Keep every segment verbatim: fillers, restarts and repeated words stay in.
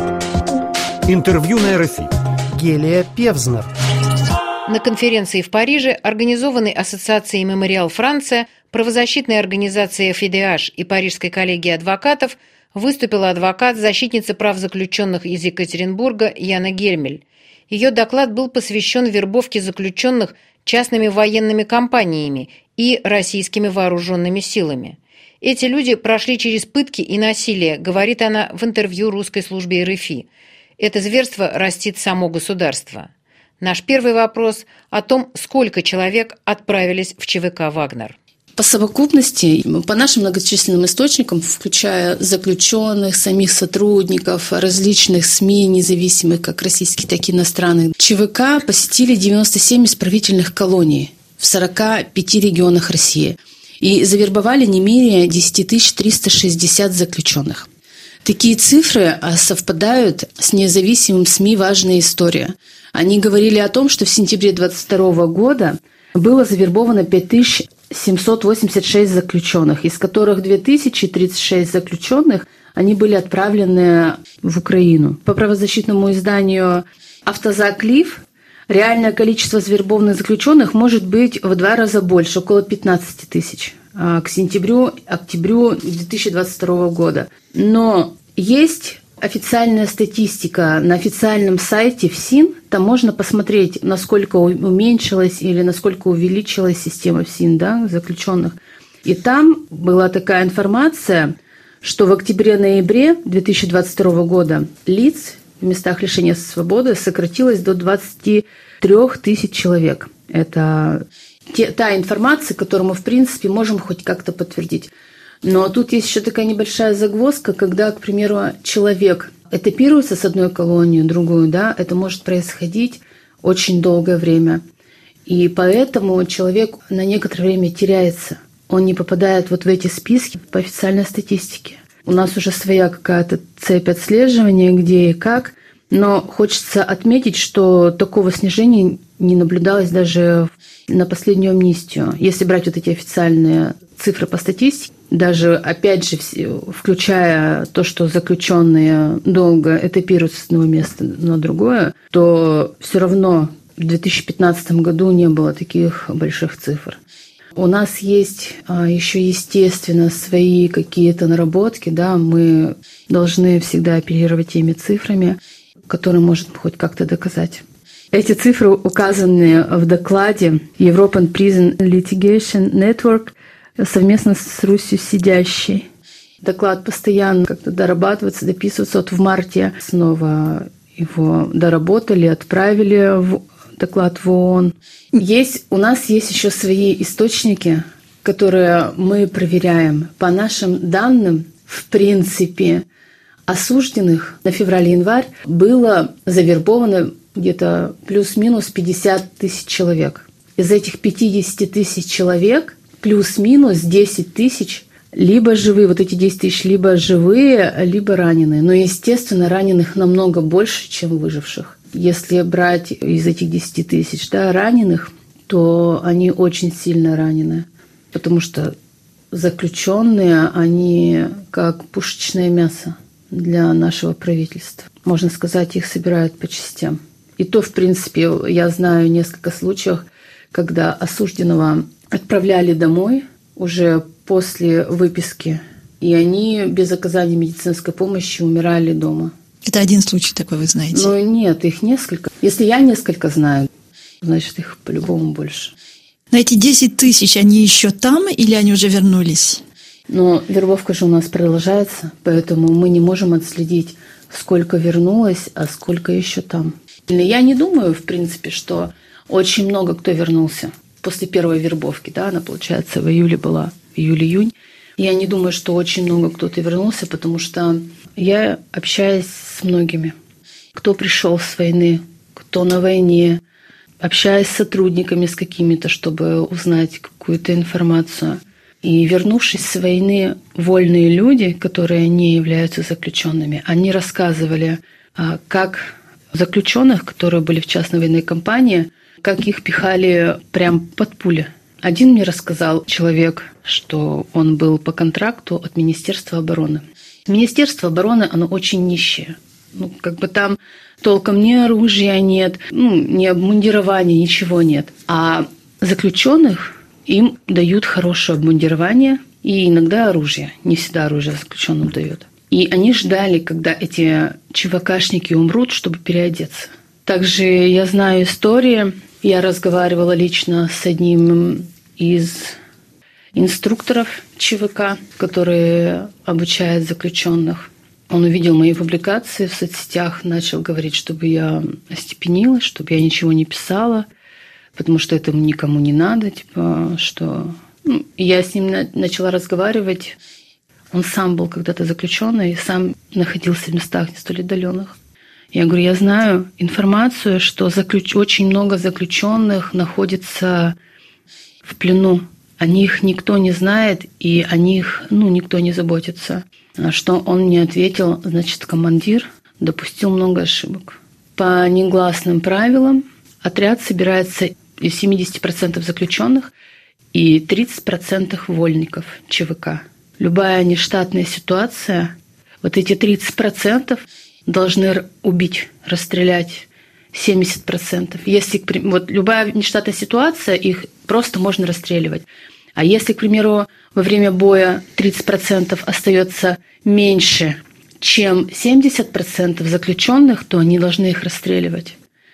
Интервью на эр эф и. Гелия Певзнер. На конференции в Париже, организованной Ассоциацией «Мемориал Франция», правозащитной организацией эф и дэ аш и Парижской коллегией адвокатов выступила адвокат, защитница прав заключенных из Екатеринбурга Яна Гельмель. Ее доклад был посвящен вербовке заключенных частными военными компаниями и российскими вооруженными силами. Эти люди прошли через пытки и насилие, говорит она в интервью русской службе эр эф и. Это зверство растит само государство. Наш первый вопрос о том, сколько человек отправились в че вэ ка «Вагнер». По совокупности, по нашим многочисленным источникам, включая заключенных, самих сотрудников, различных СМИ, независимых, как российских, так и иностранных, че вэ ка посетили девяносто семь исправительных колоний в сорока пяти регионах России и завербовали не менее десять тысяч триста шестьдесят заключенных. Такие цифры совпадают с независимым СМИ «Важная история». Они говорили о том, что в сентябре двадцать второго года было завербовано пять тысяч семьсот восемьдесят шесть заключенных, из которых две тысячи тридцать шесть заключенных они были отправлены в Украину. По правозащитному изданию «Автозак Лив» реальное количество завербованных заключенных может быть в два раза больше, около пятнадцать тысяч, к сентябрю-октябрю две тысячи двадцать второго года. Но есть официальная статистика на официальном сайте эф си эн, там можно посмотреть, насколько уменьшилась или насколько увеличилась система эф си эн, да, заключенных. И там была такая информация, что в октябре-ноябре две тысячи двадцать второго года лиц в местах лишения свободы сократилось до двадцати трёх тысяч человек. Это те, та информация, которую мы, в принципе, можем хоть как-то подтвердить. Но тут есть еще такая небольшая загвоздка, когда, к примеру, человек этапируется с одной колонии в другую, да, это может происходить очень долгое время. И поэтому человек на некоторое время теряется. Он не попадает вот в эти списки по официальной статистике. У нас уже своя какая-то цепь отслеживания, где и как. Но хочется отметить, что такого снижения не наблюдалось даже на последнюю амнистию. Если брать вот эти официальные цифры по статистике, даже, опять же, включая то, что заключенные долго этапируются с одного места на другое, то все равно в две тысячи пятнадцатом году не было таких больших цифр. У нас есть еще, естественно, свои какие-то наработки, да, мы должны всегда оперировать теми цифрами, которые можно хоть как-то доказать. Эти цифры указаны в докладе European Prison Litigation Network совместно с Русью сидящей. Доклад постоянно как-то дорабатывается, дописывается. Вот в марте снова его доработали, отправили в доклад в ООН. Есть, у нас есть еще свои источники, которые мы проверяем. По нашим данным, в принципе, осужденных на февраль-январь было завербовано где-то плюс-минус пятьдесят тысяч человек. Из этих пятьдесят тысяч человек плюс-минус десять тысяч либо живые, вот эти десять тысяч, либо живые, либо раненые. Но, естественно, раненых намного больше, чем выживших. Если брать из этих десяти тысяч, да, раненых, то они очень сильно ранены. Потому что заключенные, они как пушечное мясо для нашего правительства. Можно сказать, их собирают по частям. И то, в принципе, я знаю несколько случаев, когда осужденного отправляли домой уже после выписки, и они без оказания медицинской помощи умирали дома. Это один случай такой, вы знаете? Ну нет, их несколько. Если я несколько знаю, значит, их по-любому больше. Но эти десять тысяч, они еще там или они уже вернулись? Но вербовка же у нас продолжается, поэтому мы не можем отследить, сколько вернулось, а сколько еще там. Я не думаю, в принципе, что очень много кто вернулся после первой вербовки, да, она, получается, в июле была, июль-июнь. Я не думаю, что очень много кто-то вернулся, потому что я общаюсь с многими. Кто пришел с войны, кто на войне, общаюсь с сотрудниками, с какими-то, чтобы узнать какую-то информацию. И вернувшись с войны, вольные люди, которые не являются заключенными, они рассказывали, как заключенных, которые были в частной военной компании, как их пихали прям под пули. Один мне рассказал человек, что он был по контракту от Министерства обороны. Министерство обороны, оно очень нищее. Ну, как бы там толком ни оружия нет, ну, ни обмундирования, ничего нет. А заключенных им дают хорошее обмундирование и иногда оружие. Не всегда оружие заключенным дают. И они ждали, когда эти ЧВКшники умрут, чтобы переодеться. Также я знаю истории. Я разговаривала лично с одним из инструкторов ЧВК, который обучает заключенных. Он увидел мои публикации в соцсетях, начал говорить, чтобы я остепенилась, чтобы я ничего не писала, потому что это никому не надо, типа, что... Ну, я с ним начала разговаривать. Он сам был когда-то заключенный, сам находился в местах не столь отдаленных. Я говорю, я знаю информацию, что заключ... очень много заключенных находится в плену. О них никто не знает, и о них, ну, никто не заботится. А что он мне ответил, значит, командир допустил много ошибок. По негласным правилам отряд собирается из семьдесят процентов заключенных и тридцать процентов вольников ЧВК. Любая нештатная ситуация, вот эти тридцать процентов должны убить, расстрелять семьдесят процентов. Если, вот любая нештатная ситуация, их просто можно расстреливать. А если, к примеру, во время боя тридцать процентов остается меньше, чем семьдесят процентов заключенных, то они должны их расстреливать.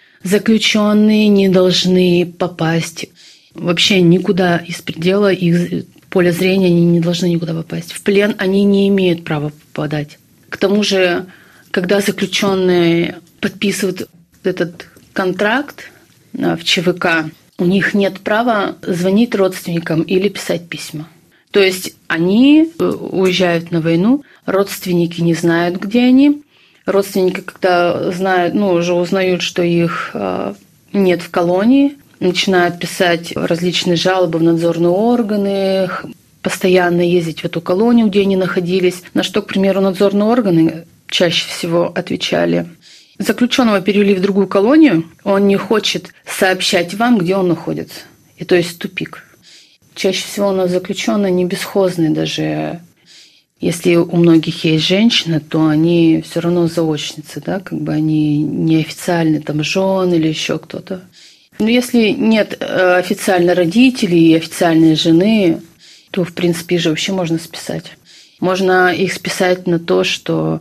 Заключенные не должны попасть вообще никуда из предела их поля зрения, они не должны никуда попасть. В плен они не имеют права попадать. К тому же, когда заключенные подписывают этот контракт в ЧВК, у них нет права звонить родственникам или писать письма. То есть они уезжают на войну, родственники не знают, где они. Родственники, когда знают, ну, уже узнают, что их нет в колонии, начинают писать различные жалобы в надзорные органы, постоянно ездить в эту колонию, где они находились. На что, к примеру, надзорные органы чаще всего отвечали: заключенного перевели в другую колонию, он не хочет сообщать вам, где он находится. И то есть тупик. Чаще всего у нас заключенные не бесхозные даже. Если у многих есть женщины, то они все равно заочницы, да, как бы они неофициальные, там, жены или еще кто-то. Но если нет официально родителей и официальной жены, то, в принципе, же вообще можно списать. Можно их списать на то, что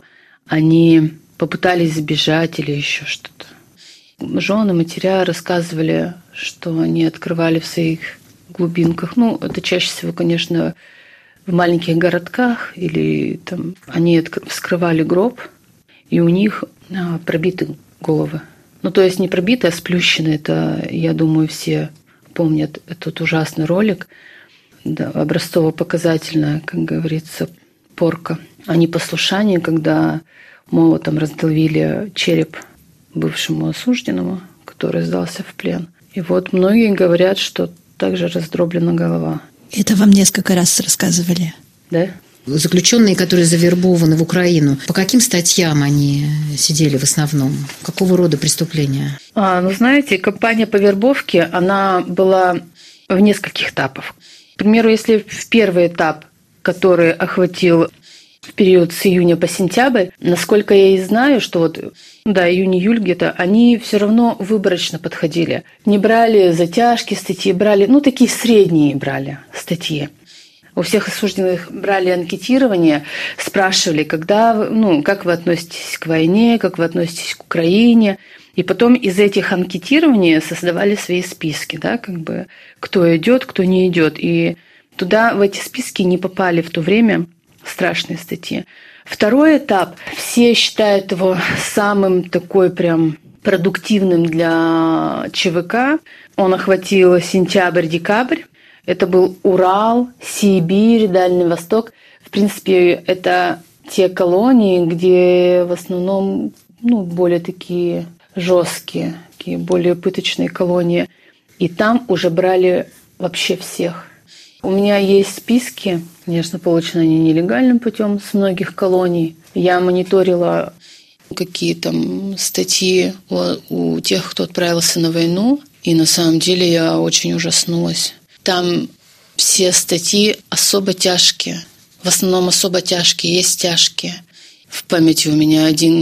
они попытались сбежать или еще что-то. Жены, матеря рассказывали, что они открывали в своих глубинках. Ну, это чаще всего, конечно, в маленьких городках, или там они вскрывали гроб, и у них а, пробиты головы. Ну, то есть не пробиты, а сплющены. Это, я думаю, все помнят этот ужасный ролик. Да, образцово-показательная, как говорится, порка. А непослушание, когда молотом раздавили череп бывшему осужденному, который сдался в плен. И вот многие говорят, что также раздроблена голова. Это вам несколько раз рассказывали? Да. Заключенные, которые завербованы в Украину, по каким статьям они сидели в основном? Какого рода преступления? А, ну, знаете, кампания по вербовке, она была в нескольких этапах. К примеру, если в первый этап, который охватил в период с июня по сентябрь, насколько я и знаю, что вот, да, июнь-июль где-то, они все равно выборочно подходили. Не брали затяжки статьи, брали, ну, такие средние брали статьи. У всех осужденных брали анкетирование, спрашивали, когда, ну, как вы относитесь к войне, как вы относитесь к Украине. И потом из этих анкетирований создавали свои списки, да, как бы, кто идет, кто не идет. И туда, в эти списки не попали в то время страшные статьи. Второй этап, все считают его самым такой прям продуктивным для ЧВК. Он охватил сентябрь-декабрь. Это был Урал, Сибирь, Дальний Восток. В принципе, это те колонии, где в основном, ну, более такие жесткие, такие более пыточные колонии. И там уже брали вообще всех. У меня есть списки, конечно, получены они нелегальным путем с многих колоний. Я мониторила, какие там статьи у, у тех, кто отправился на войну. И на самом деле я очень ужаснулась. Там все статьи особо тяжкие. В основном особо тяжкие, есть тяжкие. В памяти у меня один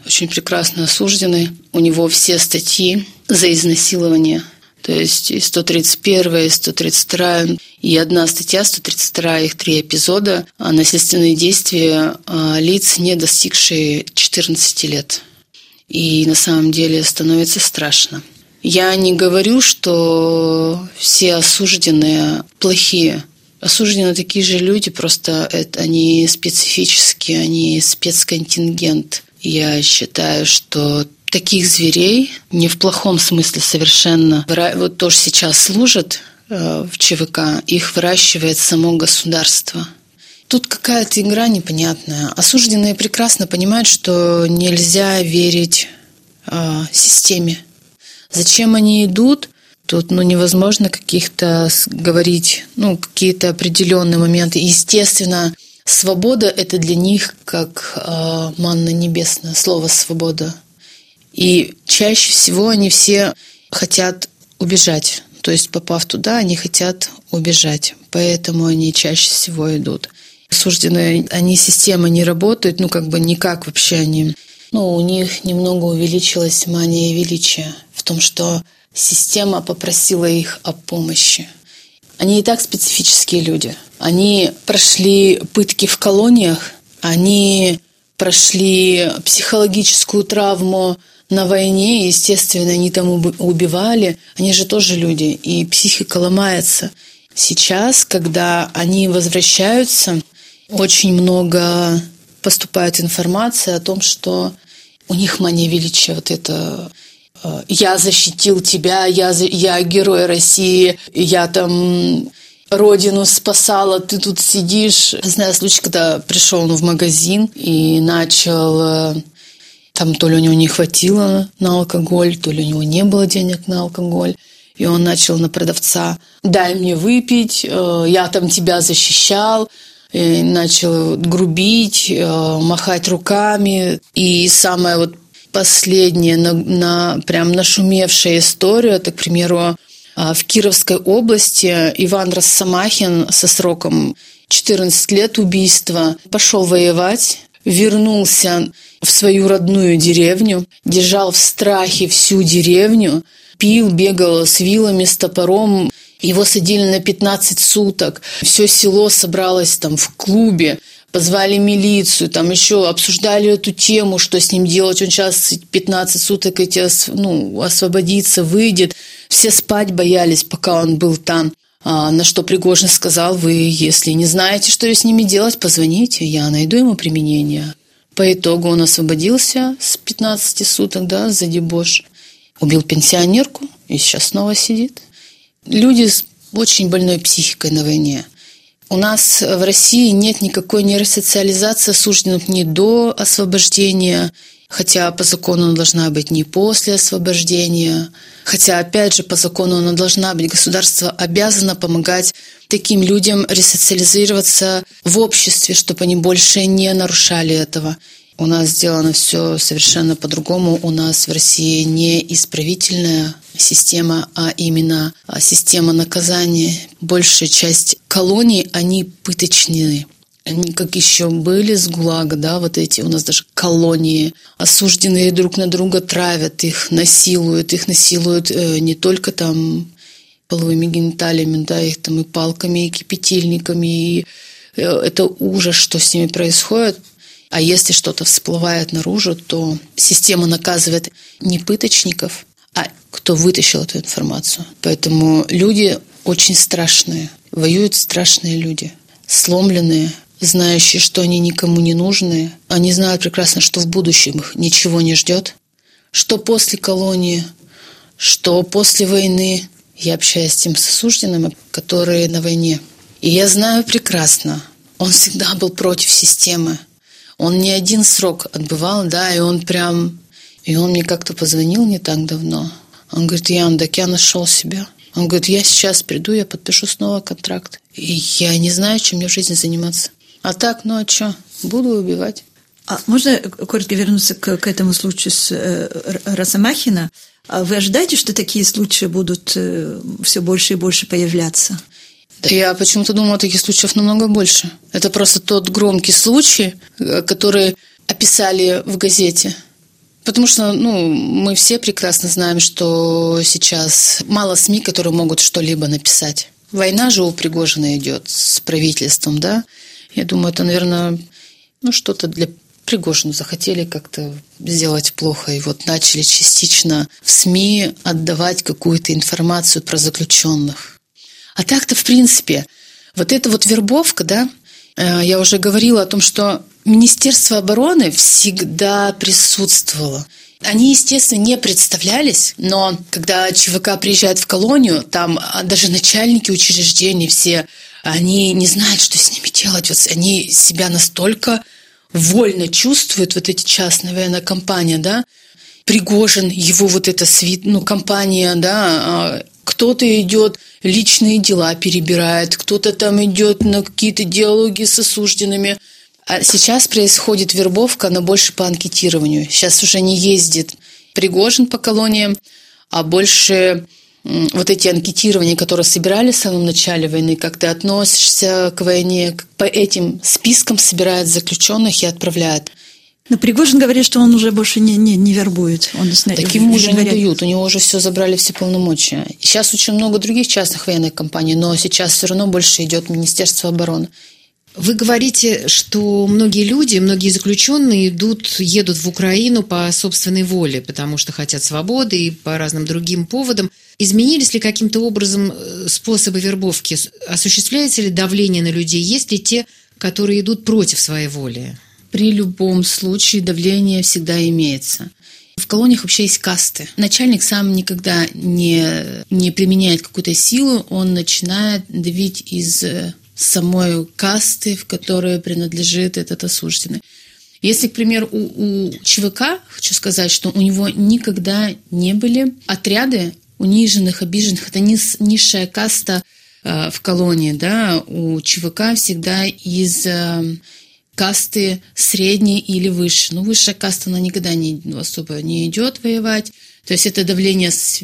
очень прекрасно осужденный. У него все статьи за изнасилование. То есть и сто тридцать первая, и сто тридцать вторая, и одна статья, сто тридцать вторая, их три эпизода, насильственные действия лиц, не достигшие четырнадцати лет. И на самом деле становится страшно. Я не говорю, что все осужденные плохие. Осуждены такие же люди, просто это, они специфические, они спецконтингент. Я считаю, что таких зверей, не в плохом смысле совершенно, вот тоже сейчас служат в ЧВК, их выращивает само государство. Тут какая-то игра непонятная. Осужденные прекрасно понимают, что нельзя верить э, системе. Зачем они идут? Тут ну, невозможно каких-то говорить, ну, какие-то определенные моменты. Естественно, свобода – это для них как э, манна небесная, слово «свобода». И чаще всего они все хотят убежать. То есть, попав туда, они хотят убежать. Поэтому они чаще всего идут. Осужденные, они система не работают, ну, как бы никак вообще они. Ну, у них немного увеличилась мания величия в том, что система попросила их о помощи. Они и так специфические люди. Они прошли пытки в колониях, они прошли психологическую травму на войне, естественно, они там убивали. Они же тоже люди, и психика ломается. Сейчас, когда они возвращаются, очень много поступает информации о том, что у них мания величия, вот это «я защитил тебя, я, я герой России, я там родину спасала, ты тут сидишь». Знаю случай, когда пришел он в магазин и начал... Там то ли у него не хватило на алкоголь, то ли у него не было денег на алкоголь. И он начал на продавца: «Дай мне выпить, я там тебя защищал». И начал грубить, махать руками. И самая вот последняя, на, на, прям нашумевшая история, это, к примеру, в Кировской области Иван Росомахин со сроком четырнадцать лет убийства пошел воевать, вернулся в свою родную деревню, держал в страхе всю деревню, пил, бегал с вилами, с топором. Его садили на пятнадцать суток. Все село собралось там в клубе, позвали милицию, там еще обсуждали эту тему, что с ним делать. Он сейчас пятнадцать суток эти, ну, освободится, выйдет. Все спать боялись, пока он был там. А на что Пригожин сказал: «Вы, если не знаете, что с ними делать, позвоните, я найду ему применение». По итогу он освободился с пятнадцати суток, да, за дебош. Убил пенсионерку и сейчас снова сидит. Люди с очень больной психикой на войне. У нас в России нет никакой нейросоциализации осужденных ни до освобождения, хотя по закону она должна быть не после освобождения. Хотя, опять же, по закону она должна быть. Государство обязано помогать таким людям ресоциализироваться в обществе, чтобы они больше не нарушали этого. У нас сделано все совершенно по-другому. У нас в России не исправительная система, а именно система наказания. Большая часть колоний, они пыточные. Они как еще были с ГУЛАГа, да, вот эти у нас даже колонии. Осужденные друг на друга травят, их насилуют. Их насилуют не только там половыми гениталиями, да, их там и палками, и кипятильниками. И это ужас, что с ними происходит. А если что-то всплывает наружу, то система наказывает не пыточников, а кто вытащил эту информацию. Поэтому люди очень страшные. Воюют страшные люди. Сломленные, знающие, что они никому не нужны. Они знают прекрасно, что в будущем их ничего не ждет. Что после колонии, что после войны. Я общаюсь с тем с осужденными, которые на войне. И я знаю прекрасно, он всегда был против системы. Он не один срок отбывал, да, и он прям... И он мне как-то позвонил не так давно. Он говорит: «Ян, так я нашел себя». Он говорит: «Я сейчас приду, я подпишу снова контракт. И я не знаю, чем мне в жизни заниматься. А так, ну а что? Буду убивать». А можно коротко вернуться к, к этому случаю с э, Росомахина? Вы ожидаете, что такие случаи будут э, все больше и больше появляться? Да я почему-то думала, таких случаев намного больше. Это просто тот громкий случай, который описали в газете. Потому что, ну, мы все прекрасно знаем, что сейчас мало СМИ, которые могут что-либо написать. Война же у Пригожина идет с правительством, да? Я думаю, это, наверное, ну, что-то для Пригожина захотели как-то сделать плохо. И вот начали частично в СМИ отдавать какую-то информацию про заключенных. А так-то, в принципе, вот эта вот вербовка, да, я уже говорила о том, что Министерство обороны всегда присутствовало. Они, естественно, не представлялись, но когда ЧВК приезжает в колонию, там даже начальники учреждений все, они не знают, что с ними делать. Вот они себя настолько вольно чувствуют, вот эти частные военные компании, да, Пригожин, его вот эта свит, ну, компания, да, кто-то идет личные дела перебирает, кто-то там идет на какие-то диалоги с осужденными. А сейчас происходит вербовка, она больше по анкетированию. Сейчас уже не ездит Пригожин по колониям, а больше вот эти анкетирования, которые собирали в самом начале войны, как ты относишься к войне, по этим спискам собирают заключенных и отправляют. Но Пригожин говорит, что он уже больше не, не, не вербует. Он, так ему уже не дают, у него уже все забрали, все полномочия. Сейчас очень много других частных военных компаний, но сейчас все равно больше идет Министерство обороны. Вы говорите, что многие люди, многие заключенные идут, едут в Украину по собственной воле, потому что хотят свободы и по разным другим поводам. Изменились ли каким-то образом способы вербовки? Осуществляется ли давление на людей? Есть ли те, которые идут против своей воли? При любом случае давление всегда имеется. В колониях вообще есть касты. Начальник сам никогда не, не применяет какую-то силу, он начинает давить из самой касты, в которой принадлежит этот осужденный. Если, к примеру, у, у ЧВК, хочу сказать, что у него никогда не были отряды униженных, обиженных. Это низ, низшая каста э, в колонии. Да? У ЧВК всегда из э, касты средней или выше. Но высшая каста, она никогда не, особо не идет воевать. То есть это давление с,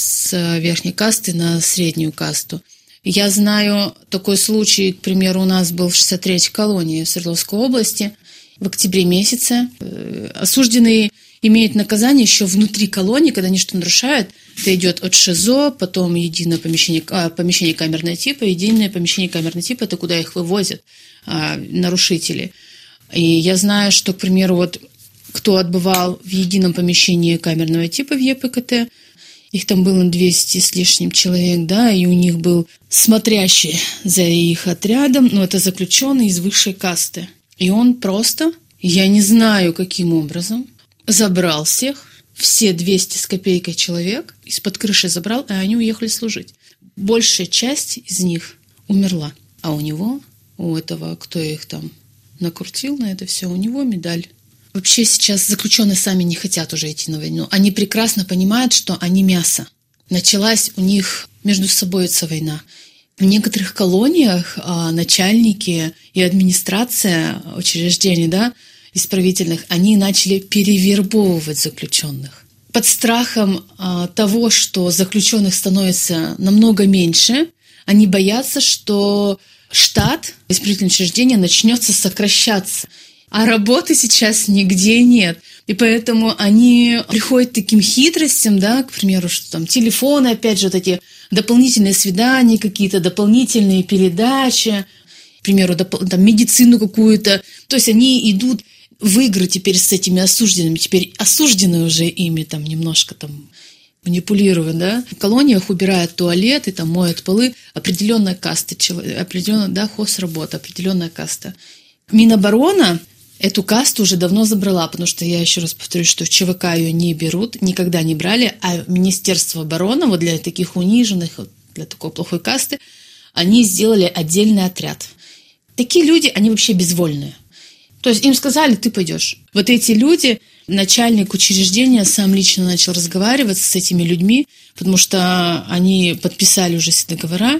с верхней касты на среднюю касту. Я знаю такой случай, к примеру, у нас был в шестьдесят третьей колонии в Свердловской области в октябре месяце. Осужденные имеют наказание еще внутри колонии, когда они что нарушают. Это идет от ШИЗО, потом единое помещение, а, помещение камерного типа, единое помещение камерного типа, это куда их вывозят а, нарушители. И я знаю, что, к примеру, вот кто отбывал в едином помещении камерного типа в ЕПКТ, их там было двести с лишним человек, да, и у них был смотрящий за их отрядом, но это заключенный из высшей касты. И он просто, я не знаю каким образом, забрал всех, все двести с копейкой человек, из-под крыши забрал, и они уехали служить. Большая часть из них умерла, а у него, у этого, кто их там накрутил на это все, у него медаль. Вообще сейчас заключенные сами не хотят уже идти на войну. Они прекрасно понимают, что они мясо. Началась у них между собой эта война. В некоторых колониях а, начальники и администрация учреждений, да, исправительных, они начали перевербовывать заключенных. Под страхом а, того, что заключенных становится намного меньше, они боятся, что штат исправительного учреждения начнется сокращаться. А работы сейчас нигде нет. И поэтому они приходят к таким хитростям, да, к примеру, что там телефоны, опять же, вот эти дополнительные свидания какие-то, дополнительные передачи, к примеру, доп- там, медицину какую-то. То есть они идут в игры теперь с этими осужденными. Теперь осужденные уже ими там немножко там манипулируют, да. В колониях убирают туалеты, там моют полы. Определенная каста, определенная, да, хозработа, определенная каста. Миноборона эту касту уже давно забрала, потому что, я еще раз повторюсь, что в ЧВК ее не берут, никогда не брали, а Министерство обороны вот для таких униженных, вот для такой плохой касты, они сделали отдельный отряд. Такие люди, они вообще безвольные. То есть им сказали, ты пойдешь. Вот эти люди, начальник учреждения сам лично начал разговаривать с этими людьми, потому что они подписали уже все договора,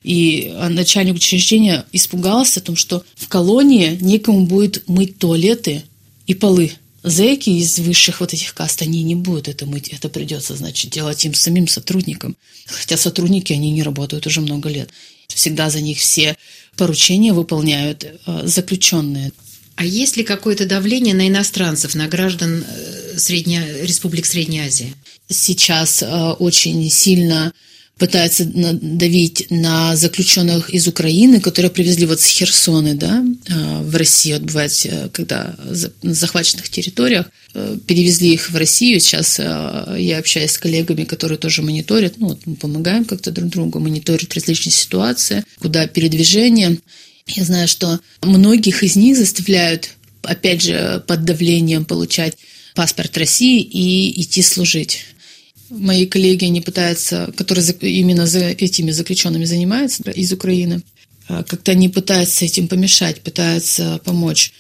и начальник учреждения испугался о том, что в колонии некому будет мыть туалеты и полы. Зэки из высших вот этих каст, они не будут это мыть. Это придется, значит, делать им самим сотрудникам. Хотя сотрудники, они не работают уже много лет. Всегда за них все поручения выполняют заключенные. А есть ли какое-то давление на иностранцев, на граждан Средня... республик Средней Азии? Сейчас очень сильно пытаются давить на заключенных из Украины, которые привезли вот с Херсона, да, в Россию отбывать, когда на захваченных территориях, перевезли их в Россию. Сейчас я общаюсь с коллегами, которые тоже мониторят, ну, вот мы помогаем как-то друг другу, мониторят различные ситуации, куда передвижение. Я знаю, что многих из них заставляют, опять же, под давлением получать паспорт России и идти служить. Мои коллеги, они пытаются, которые именно за этими заключенными занимаются из Украины, как-то они пытаются этим помешать, пытаются помочь.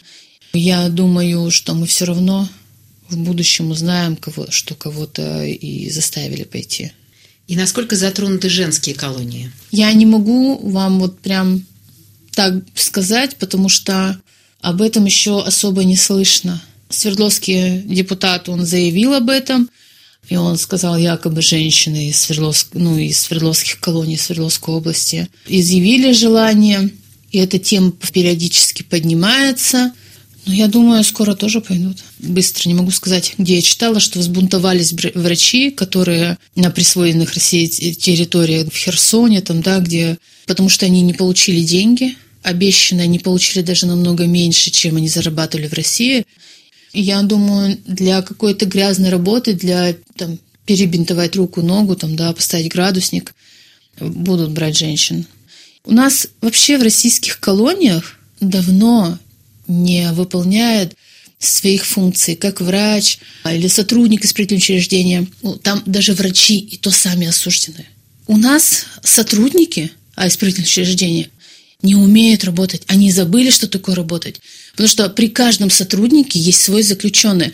Я думаю, что мы все равно в будущем узнаем, кого, что кого-то и заставили пойти. И насколько затронуты женские колонии? Я не могу вам вот прям так сказать, потому что об этом еще особо не слышно. Свердловский депутат, он заявил об этом, и он сказал, якобы женщины из, Свердловск, ну, из Свердловских колоний Свердловской области изъявили желание, и эта тема периодически поднимается. Но я думаю, скоро тоже пойдут. Быстро, не могу сказать, где я читала, что взбунтовались врачи, которые на присвоенных России территориях в Херсоне, там, да, где, потому что они не получили деньги, обещанные, они получили даже намного меньше, чем они зарабатывали в России. Я думаю, для какой-то грязной работы, для там, перебинтовать руку, ногу, там, да, поставить градусник, будут брать женщин. У нас вообще в российских колониях давно не выполняет своих функций, как врач или сотрудник исправительного учреждения. Ну, там даже врачи и то сами осуждены. У нас сотрудники исправительного учреждения не умеют работать. Они забыли, что такое работать. Потому что при каждом сотруднике есть свой заключенный.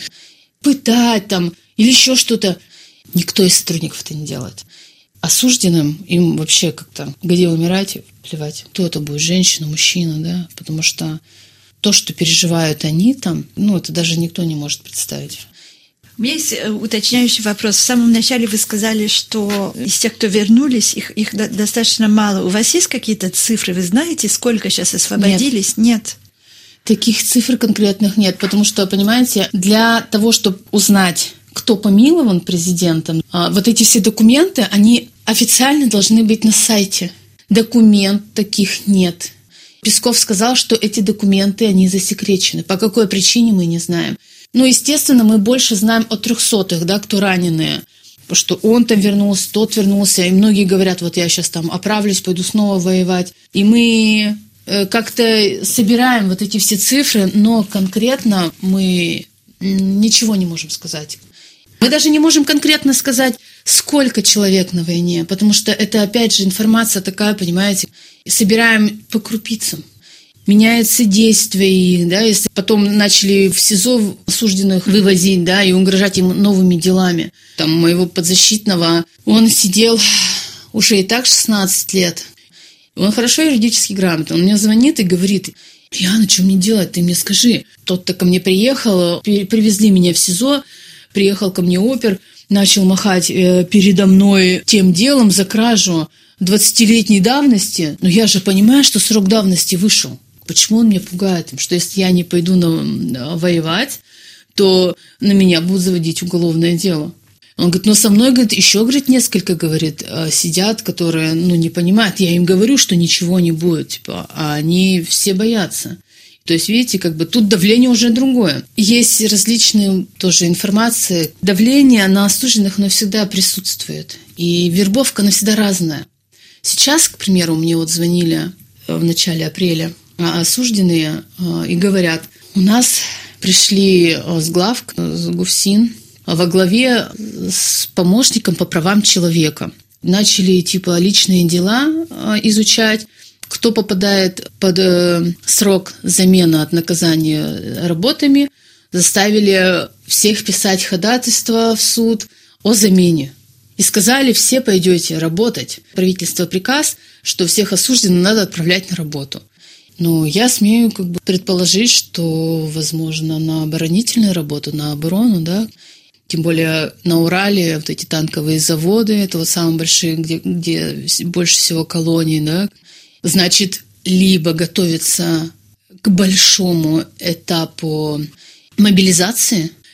Пытать там или еще что-то. Никто из сотрудников это не делает. Осужденным им вообще как-то где умирать, плевать. Кто это будет, женщина, мужчина, да? Потому что то, что переживают они там, ну, это даже никто не может представить. У меня есть уточняющий вопрос. В самом начале вы сказали, что из тех, кто вернулись, их, их достаточно мало. У вас есть какие-то цифры? Вы знаете, сколько сейчас освободились? Нет. Нет. Таких цифр конкретных нет, потому что, понимаете, для того, чтобы узнать, кто помилован президентом, вот эти все документы, они официально должны быть на сайте. Документ таких нет. Песков сказал, что эти документы, они засекречены. По какой причине, мы не знаем. Ну, естественно, мы больше знаем о трехсотых, да, кто раненые. Что он там вернулся, тот вернулся. И многие говорят, вот я сейчас там оправлюсь, пойду снова воевать. И мы как-то собираем вот эти все цифры, но конкретно мы ничего не можем сказать. Мы даже не можем конкретно сказать, сколько человек на войне, потому что это, опять же, информация такая, понимаете, собираем по крупицам. Меняется действие их, да, если потом начали в СИЗО осужденных вывозить, да, и угрожать им новыми делами. Там моего подзащитного, он сидел уже и так шестнадцать лет. Он хорошо юридически грамотный. Он мне звонит и говорит: Яна, что мне делать? Ты мне скажи. Тот-то ко мне приехал, привезли меня в СИЗО, приехал ко мне опер, начал махать передо мной тем делом за кражу двадцатилетней давности. Но я же понимаю, что срок давности вышел. Почему он меня пугает? Что если я не пойду на, воевать, то на меня будут заводить уголовное дело. Он говорит, ну со мной, говорит, еще, говорит, несколько, говорит, сидят, которые, ну, не понимают. Я им говорю, что ничего не будет, типа, а они все боятся. То есть, видите, как бы тут давление уже другое. Есть различные тоже информации. Давление на осужденных, оно всегда присутствует. И вербовка, она всегда разная. Сейчас, к примеру, мне вот звонили в начале апреля осужденные и говорят, у нас пришли с главк, с ГУФСИН, во главе с помощником по правам человека. Начали типа личные дела изучать, кто попадает под срок замены от наказания работами, заставили всех писать ходатайство в суд о замене. И сказали, все пойдете работать. Правительство приказ, что всех осужденных надо отправлять на работу. Но я смею как бы предположить, что, возможно, на оборонительную работу, на оборону, да, тем более на Урале вот эти танковые заводы, это вот самые большие, где, где больше всего колоний, да, значит, либо готовиться к большому этапу мобилизации,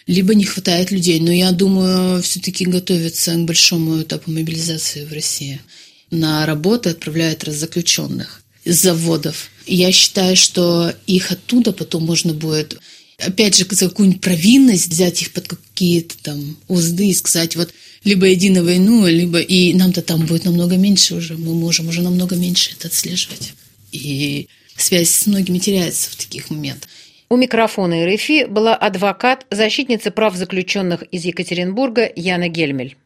либо не хватает людей. Но я думаю, все-таки готовятся к большому этапу мобилизации в России. На работу отправляют заключенных из заводов. Я считаю, что их оттуда потом можно будет, опять же, за какую-нибудь провинность взять их под какие-то там узды и сказать, вот, либо иди на войну, либо и нам-то там будет намного меньше уже, мы можем уже намного меньше это отслеживать. И связь с многими теряется в таких моментах. У микрофона эр эф и была адвокат, защитница прав заключенных из Екатеринбурга Яна Гельмель.